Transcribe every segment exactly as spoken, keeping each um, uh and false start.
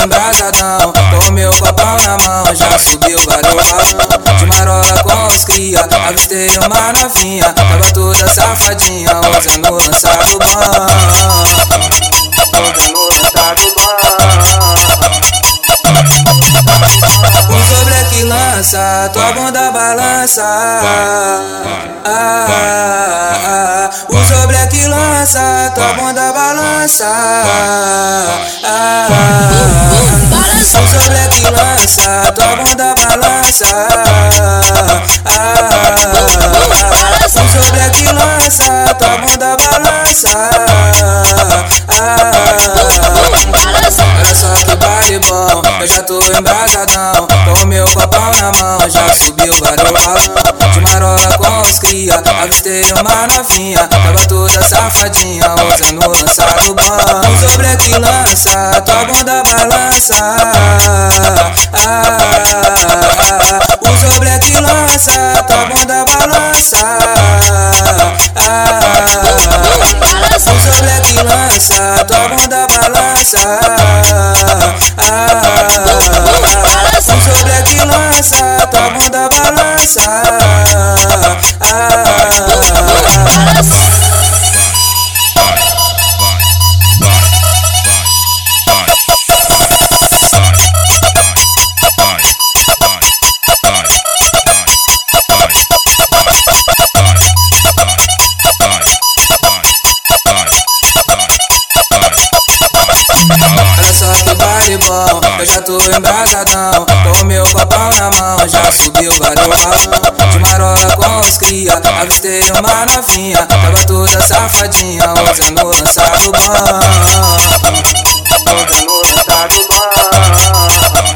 embrasadão, com meu copão na mão, já subiu vários balão. De marola com os cria, avistei uma novinha, tava toda safadinha, usando o lançado bom. Usando o lançado bom. O sobre que lança, tua bunda balança. Ah, ah, ah. O sobre que lança, tua bunda balança. Ah, ah, ah. O sobre que lança, tua bunda balança. Ah, ah, ah. O sobre que lança, tua bunda balança. Ah, ah, ah. Olha só que baile bom, eu já tô embrasadão, com meu copão na mão, já subiu vários balão. De marola com os cria, avistei uma novinha, tava toda safadinha, usando o lançado bom. O sobre que lança, tua bunda balança. Ah, ah, ah. O sobre que lança, tua bunda balança. Ah, ah, ah. O sobre que lança, tua bunda balança. Ah, ah, ah. O sobre que lança, tua bunda balança. Ah, ah, ah. Olha só que baile bom, eu já tô embrasadão, com meu copão na mão, já subiu vários balão. De marola com os cria, avistei uma novinha, tava toda safadinha, usando o lançado bom. Usando o lançado bom.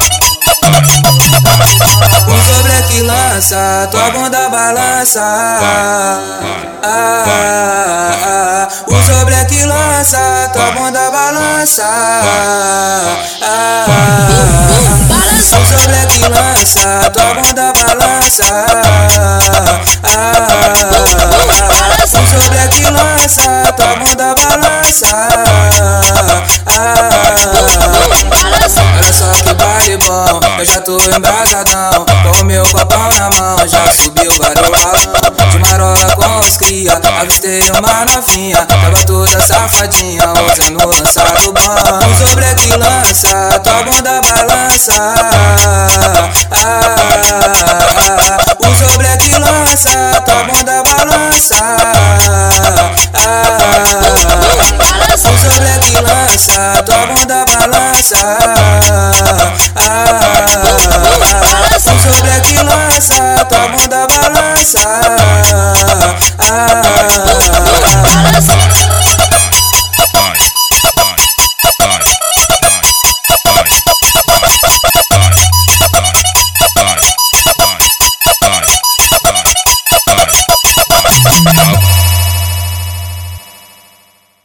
O sobre que lança, tua bunda balança. Ah, ah, ah. O sobre que lança, tua bunda balança. Ah, ah, ah. O sobre que lança, tua bunda balança. Ah, ah, ah. O sobre que lança, tua bunda balança. Ah, ah, ah. Olha só que baile bom, eu já tô embrasadão, com meu copão na mão, já subiu vários balão. De marola com os cria, avistei uma novinha, tava toda safadinha, usando o lançado bom. O sobre que lança, tua bunda balança. Ah, ah, ah. O sobre que lança, tua bunda balança. Ah, ah, ah. O sobre que lança, tua bunda balança. Ah, ah, ah. O sobre que lança, tua bunda balança.